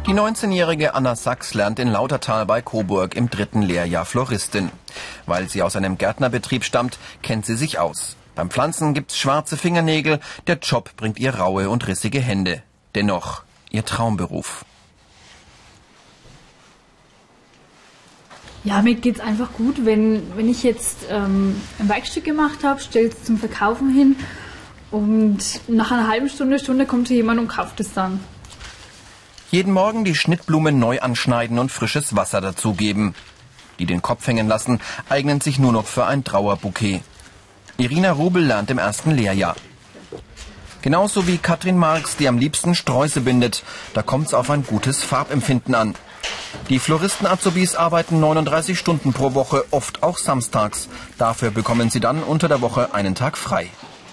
Die 19-jährige Anna Sachs lernt in Lautertal bei Coburg im 3. Lehrjahr Floristin. Weil sie aus einem Gärtnerbetrieb stammt, kennt sie sich aus. Beim Pflanzen gibt's schwarze Fingernägel, der Job bringt ihr raue und rissige Hände. Dennoch ihr Traumberuf. Ja, mir geht's einfach gut, wenn ich jetzt ein Werkstück gemacht habe, stelle es zum Verkaufen hin und nach einer halben Stunde kommt hier jemand und kauft es dann. Jeden Morgen die Schnittblumen neu anschneiden und frisches Wasser dazugeben. Die den Kopf hängen lassen, eignen sich nur noch für ein Trauerbouquet. Irina Rubel lernt im 1. Lehrjahr. Genauso wie Katrin Marx, die am liebsten Sträuße bindet. Da kommt's auf ein gutes Farbempfinden an. Die Floristen-Azubis arbeiten 39 Stunden pro Woche, oft auch samstags. Dafür bekommen sie dann unter der Woche einen Tag frei.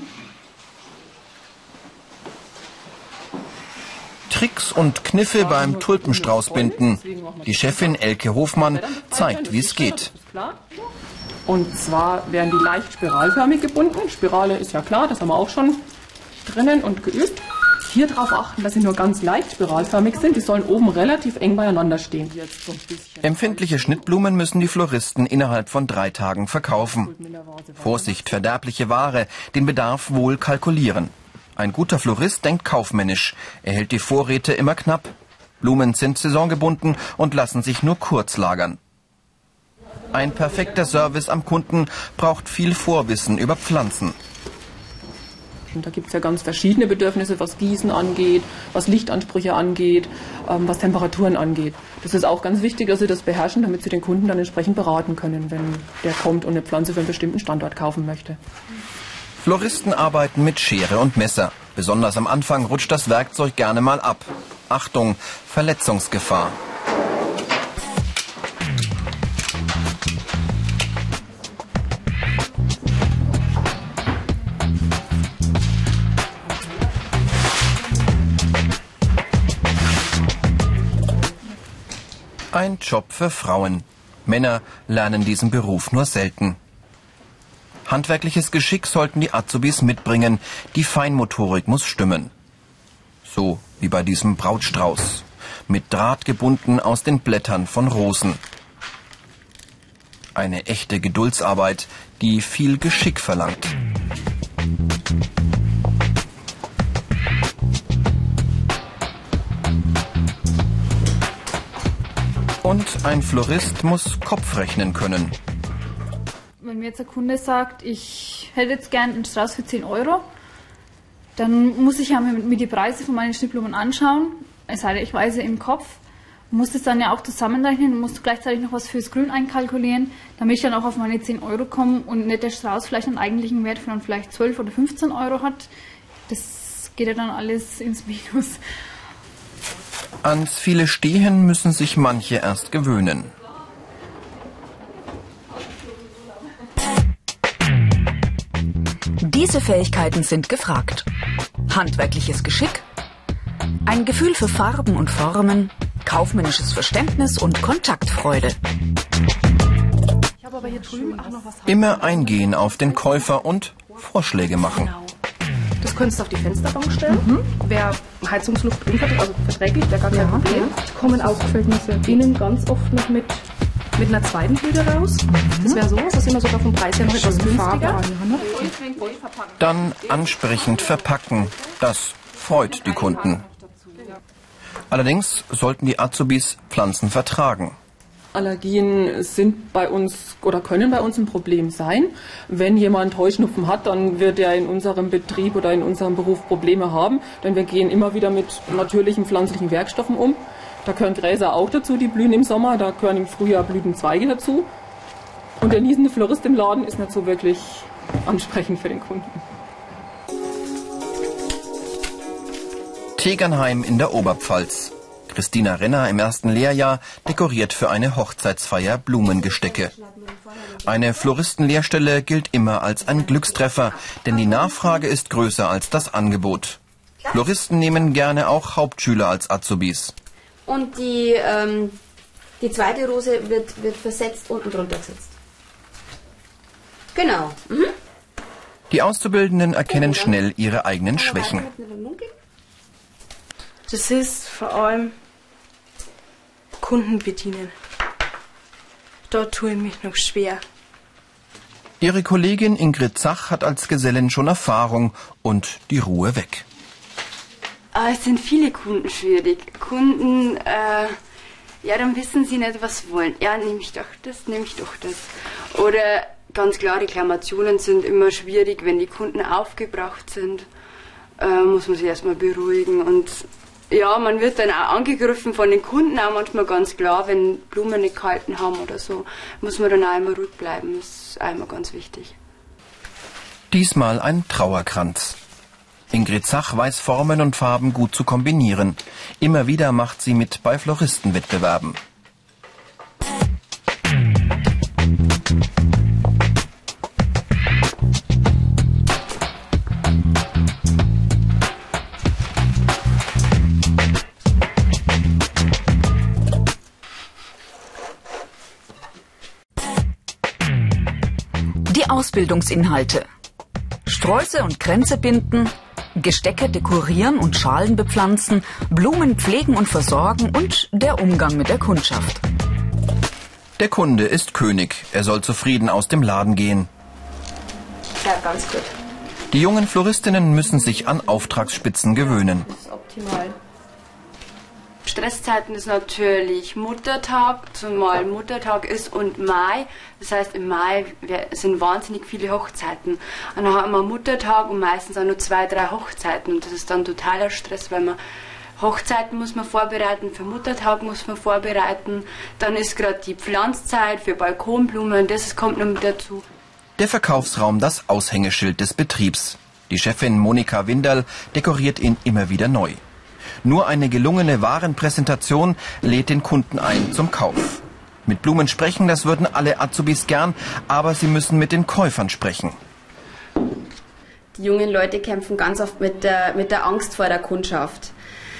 Tricks und Kniffe beim Tulpenstraußbinden. Die Chefin Elke Hofmann zeigt, wie es geht. Und zwar werden die leicht spiralförmig gebunden. Spirale ist ja klar, das haben wir auch schon drinnen und geübt. Hier darauf achten, dass sie nur ganz leicht spiralförmig sind. Die sollen oben relativ eng beieinander stehen. Empfindliche Schnittblumen müssen die Floristen innerhalb von 3 Tagen verkaufen. Vorsicht, verderbliche Ware, den Bedarf wohl kalkulieren. Ein guter Florist denkt kaufmännisch. Er hält die Vorräte immer knapp. Blumen sind saisongebunden und lassen sich nur kurz lagern. Ein perfekter Service am Kunden braucht viel Vorwissen über Pflanzen. Und da gibt es ja ganz verschiedene Bedürfnisse, was Gießen angeht, was Lichtansprüche angeht, was Temperaturen angeht. Das ist auch ganz wichtig, dass Sie das beherrschen, damit Sie den Kunden dann entsprechend beraten können, wenn der kommt und eine Pflanze für einen bestimmten Standort kaufen möchte. Floristen arbeiten mit Schere und Messer. Besonders am Anfang rutscht das Werkzeug gerne mal ab. Achtung, Verletzungsgefahr. Ein Job für Frauen. Männer lernen diesen Beruf nur selten. Handwerkliches Geschick sollten die Azubis mitbringen. Die Feinmotorik muss stimmen. So wie bei diesem Brautstrauß. Mit Draht gebunden aus den Blättern von Rosen. Eine echte Geduldsarbeit, die viel Geschick verlangt. Und ein Florist muss Kopf rechnen können. Wenn mir jetzt der Kunde sagt, ich hätte jetzt gern einen Strauß für 10 €, dann muss ich ja mir die Preise von meinen Schnittblumen anschauen. Es sei denn, ich weiß ja im Kopf. Muss das dann ja auch zusammenrechnen und muss gleichzeitig noch was fürs Grün einkalkulieren, damit ich dann auch auf meine 10 € komme und nicht der Strauß vielleicht einen eigentlichen Wert von vielleicht 12 oder 15 € hat. Das geht ja dann alles ins Minus. Ans viele Stehen müssen sich manche erst gewöhnen. Diese Fähigkeiten sind gefragt. Handwerkliches Geschick, ein Gefühl für Farben und Formen, kaufmännisches Verständnis und Kontaktfreude. Ich habe aber hier drüben auch noch was. Immer eingehen auf den Käufer und Vorschläge machen. Das könntest du auf die Fensterbank stellen. Wer Heizungsluft verträglich, wäre gar kein Problem. Die kommen auch innen ganz oft noch mit einer zweiten Blüte raus. Das wäre sowas, das ist immer sogar vom Preis her noch etwas günstiger. Dann ansprechend verpacken. Das freut die Kunden. Allerdings sollten die Azubis Pflanzen vertragen. Allergien sind bei uns oder können bei uns ein Problem sein. Wenn jemand Heuschnupfen hat, dann wird er in unserem Betrieb oder in unserem Beruf Probleme haben, denn wir gehen immer wieder mit natürlichen pflanzlichen Werkstoffen um. Da gehören Gräser auch dazu, die blühen im Sommer, da gehören im Frühjahr Blütenzweige dazu. Und der niesende Florist im Laden ist nicht so wirklich ansprechend für den Kunden. Tegernheim in der Oberpfalz. Christina Renner im 1. Lehrjahr dekoriert für eine Hochzeitsfeier Blumengestecke. Eine Floristenlehrstelle gilt immer als ein Glückstreffer, denn die Nachfrage ist größer als das Angebot. Floristen nehmen gerne auch Hauptschüler als Azubis. Und die zweite Rose wird versetzt unten drunter gesetzt. Genau. Mhm. Die Auszubildenden erkennen schnell ihre eigenen Schwächen. Das ist vor allem Kunden bedienen. Da tue ich mich noch schwer. Ihre Kollegin Ingrid Zach hat als Gesellin schon Erfahrung und die Ruhe weg. Es sind viele Kunden schwierig. Kunden, dann wissen sie nicht, was sie wollen. Ja, nehme ich doch das. Oder ganz klar, Reklamationen sind immer schwierig, wenn die Kunden aufgebracht sind. Muss man sich erstmal beruhigen. Und ja, man wird dann auch angegriffen von den Kunden, auch manchmal ganz klar, wenn Blumen nicht gehalten haben oder so. Muss man dann auch immer ruhig bleiben, das ist einmal ganz wichtig. Diesmal ein Trauerkranz. Ingrid Zach weiß Formen und Farben gut zu kombinieren. Immer wieder macht sie mit bei Floristenwettbewerben. Die Ausbildungsinhalte: Sträuße und Kränze binden, Gestecke dekorieren und Schalen bepflanzen, Blumen pflegen und versorgen und der Umgang mit der Kundschaft. Der Kunde ist König. Er soll zufrieden aus dem Laden gehen. Ja, ganz gut. Die jungen Floristinnen müssen sich an Auftragsspitzen gewöhnen. Das ist optimal. Stresszeiten ist natürlich Muttertag, zumal Muttertag ist und Mai. Das heißt, im Mai sind wahnsinnig viele Hochzeiten. Und dann haben wir Muttertag und meistens auch nur 2, 3 Hochzeiten. Und das ist dann totaler Stress, weil man Hochzeiten muss man vorbereiten, für Muttertag muss man vorbereiten. Dann ist gerade die Pflanzzeit für Balkonblumen, das kommt noch mit dazu. Der Verkaufsraum, das Aushängeschild des Betriebs. Die Chefin Monika Winderl dekoriert ihn immer wieder neu. Nur eine gelungene Warenpräsentation lädt den Kunden ein zum Kauf. Mit Blumen sprechen, das würden alle Azubis gern, aber sie müssen mit den Käufern sprechen. Die jungen Leute kämpfen ganz oft mit der Angst vor der Kundschaft.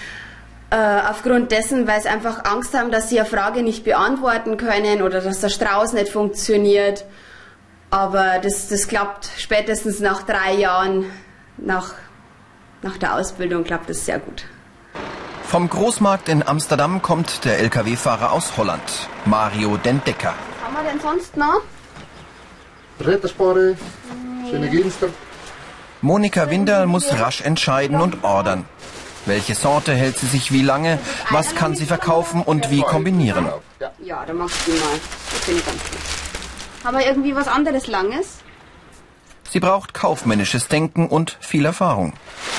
Aufgrund dessen, weil sie einfach Angst haben, dass sie eine Frage nicht beantworten können oder dass der Strauß nicht funktioniert. Aber das klappt spätestens nach 3 Jahren, nach der Ausbildung klappt es sehr gut. Vom Großmarkt in Amsterdam kommt der LKW-Fahrer aus Holland, Mario den Decker. Was haben wir denn sonst noch? Räderspare, schöne Ginster. Monika Winderl muss rasch entscheiden und ordern. Welche Sorte hält sie sich wie lange, was kann sie verkaufen und wie kombinieren? Ja, dann machst du mal. Das finde ich ganz gut. Haben wir irgendwie was anderes Langes? Sie braucht kaufmännisches Denken und viel Erfahrung.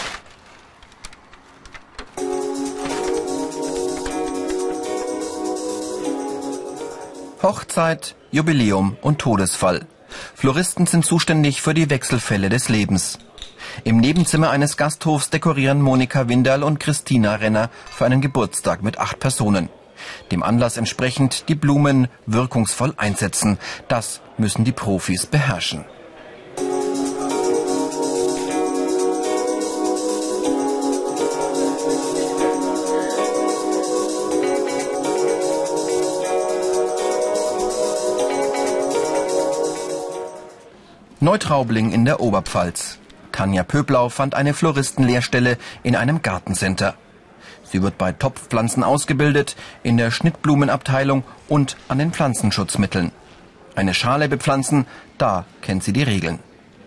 Hochzeit, Jubiläum und Todesfall. Floristen sind zuständig für die Wechselfälle des Lebens. Im Nebenzimmer eines Gasthofs dekorieren Monika Winderl und Christina Renner für einen Geburtstag mit 8 Personen. Dem Anlass entsprechend die Blumen wirkungsvoll einsetzen. Das müssen die Profis beherrschen. Neutraubling in der Oberpfalz. Tanja Pöblau fand eine Floristenlehrstelle in einem Gartencenter. Sie wird bei Topfpflanzen ausgebildet, in der Schnittblumenabteilung und an den Pflanzenschutzmitteln. Eine Schale bepflanzen, da kennt sie die Regeln.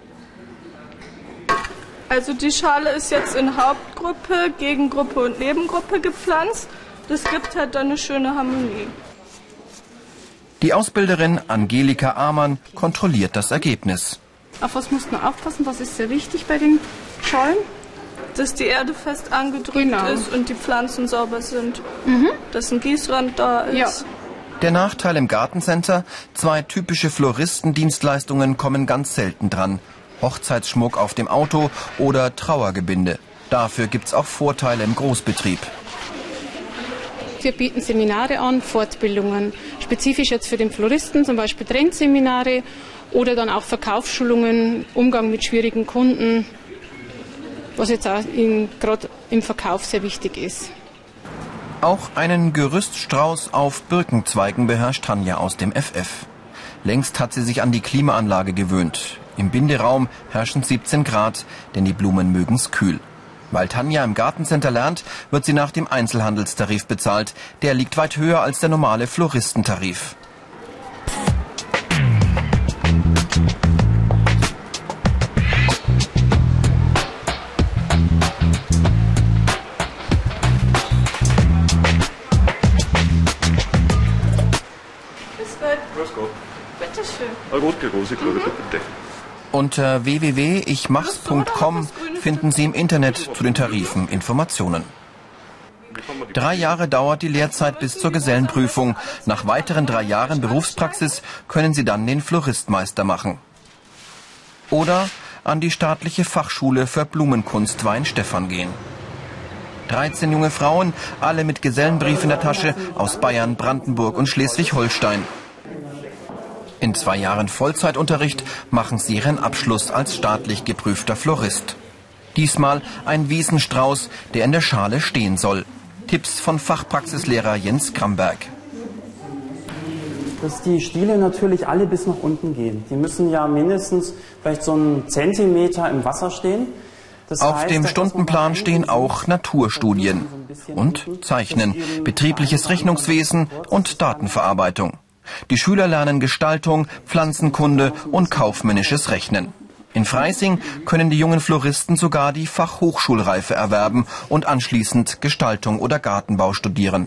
Also die Schale ist jetzt in Hauptgruppe, Gegengruppe und Nebengruppe gepflanzt. Das gibt halt dann eine schöne Harmonie. Die Ausbilderin Angelika Amann kontrolliert das Ergebnis. Auf was muss man aufpassen? Was ist sehr wichtig bei den Schalen? Dass die Erde fest angedrückt ist und die Pflanzen sauber sind. Dass ein Gießrand da ist. Ja. Der Nachteil im Gartencenter: 2 typische Floristendienstleistungen kommen ganz selten dran. Hochzeitsschmuck auf dem Auto oder Trauergebinde. Dafür gibt's auch Vorteile im Großbetrieb. Wir bieten Seminare an, Fortbildungen, spezifisch jetzt für den Floristen, zum Beispiel Trendseminare oder dann auch Verkaufsschulungen, Umgang mit schwierigen Kunden, was jetzt auch gerade im Verkauf sehr wichtig ist. Auch einen Gerüststrauß auf Birkenzweigen beherrscht Tanja aus dem FF. Längst hat sie sich an die Klimaanlage gewöhnt. Im Binderaum herrschen 17 Grad, denn die Blumen mögen's kühl. Weil Tanja im Gartencenter lernt, wird sie nach dem Einzelhandelstarif bezahlt. Der liegt weit höher als der normale Floristentarif. Grüß Gott. Bitteschön. Eine Rotke Rose, bitte. Unter www.ichmachs.com finden Sie im Internet zu den Tarifen Informationen. 3 Jahre dauert die Lehrzeit bis zur Gesellenprüfung. Nach weiteren 3 Jahren Berufspraxis können Sie dann den Floristmeister machen. Oder an die staatliche Fachschule für Blumenkunst Weinstefan gehen. 13 junge Frauen, alle mit Gesellenbrief in der Tasche, aus Bayern, Brandenburg und Schleswig-Holstein. In 2 Jahren Vollzeitunterricht machen sie ihren Abschluss als staatlich geprüfter Florist. Diesmal ein Wiesenstrauß, der in der Schale stehen soll. Tipps von Fachpraxislehrer Jens Kramberg. Dass die Stiele natürlich alle bis nach unten gehen. Die müssen ja mindestens vielleicht so einen Zentimeter im Wasser stehen. Auf dem Stundenplan stehen auch Naturstudien und Zeichnen, betriebliches Rechnungswesen und Datenverarbeitung. Die Schüler lernen Gestaltung, Pflanzenkunde und kaufmännisches Rechnen. In Freising können die jungen Floristen sogar die Fachhochschulreife erwerben und anschließend Gestaltung oder Gartenbau studieren.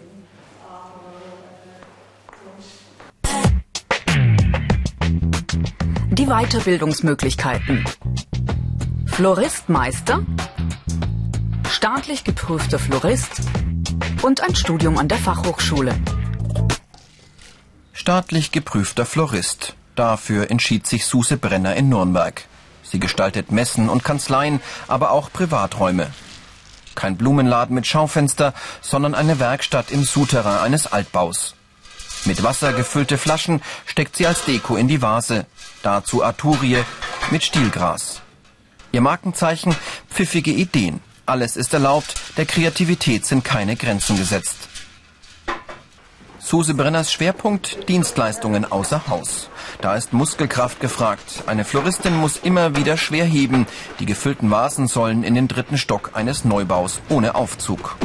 Die Weiterbildungsmöglichkeiten. Floristmeister, staatlich geprüfter Florist und ein Studium an der Fachhochschule. Staatlich geprüfter Florist. Dafür entschied sich Suse Brenner in Nürnberg. Sie gestaltet Messen und Kanzleien, aber auch Privaträume. Kein Blumenladen mit Schaufenster, sondern eine Werkstatt im Souterrain eines Altbaus. Mit Wasser gefüllte Flaschen steckt sie als Deko in die Vase. Dazu Arturie mit Stielgras. Ihr Markenzeichen: pfiffige Ideen. Alles ist erlaubt, der Kreativität sind keine Grenzen gesetzt. Suse Brenners Schwerpunkt: Dienstleistungen außer Haus. Da ist Muskelkraft gefragt. Eine Floristin muss immer wieder schwer heben. Die gefüllten Vasen sollen in den 3. Stock eines Neubaus ohne Aufzug.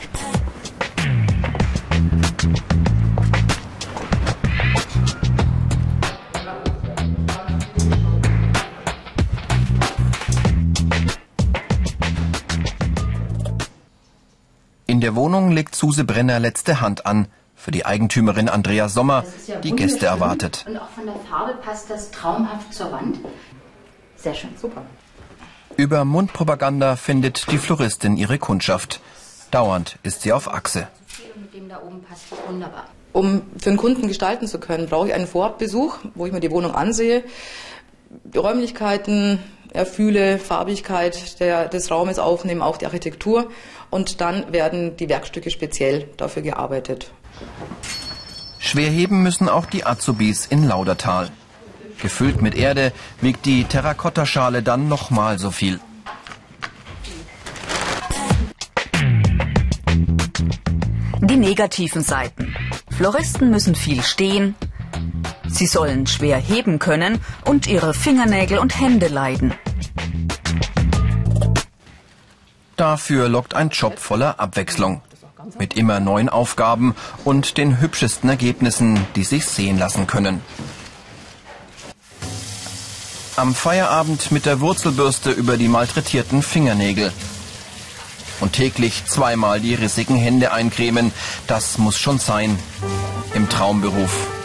In der Wohnung legt Suse Brenner letzte Hand an. Für die Eigentümerin Andrea Sommer, die Gäste erwartet. Und auch von der Farbe passt das traumhaft zur Wand. Sehr schön, super. Über Mundpropaganda findet die Floristin ihre Kundschaft. Dauernd ist sie auf Achse. Mit dem da oben passt das wunderbar. Um für einen Kunden gestalten zu können, brauche ich einen Vorabbesuch, wo ich mir die Wohnung ansehe, die Räumlichkeiten erfühle, Farbigkeit des Raumes aufnehme, auch die Architektur. Und dann werden die Werkstücke speziell dafür gearbeitet. Schwer heben müssen auch die Azubis in Laudertal. Gefüllt mit Erde wiegt die Terrakottaschale dann nochmal so viel. Die negativen Seiten. Floristen müssen viel stehen. Sie sollen schwer heben können und ihre Fingernägel und Hände leiden. Dafür lockt ein Job voller Abwechslung. Mit immer neuen Aufgaben und den hübschesten Ergebnissen, die sich sehen lassen können. Am Feierabend mit der Wurzelbürste über die malträtierten Fingernägel. Und täglich 2-mal die rissigen Hände eincremen, das muss schon sein im Traumberuf.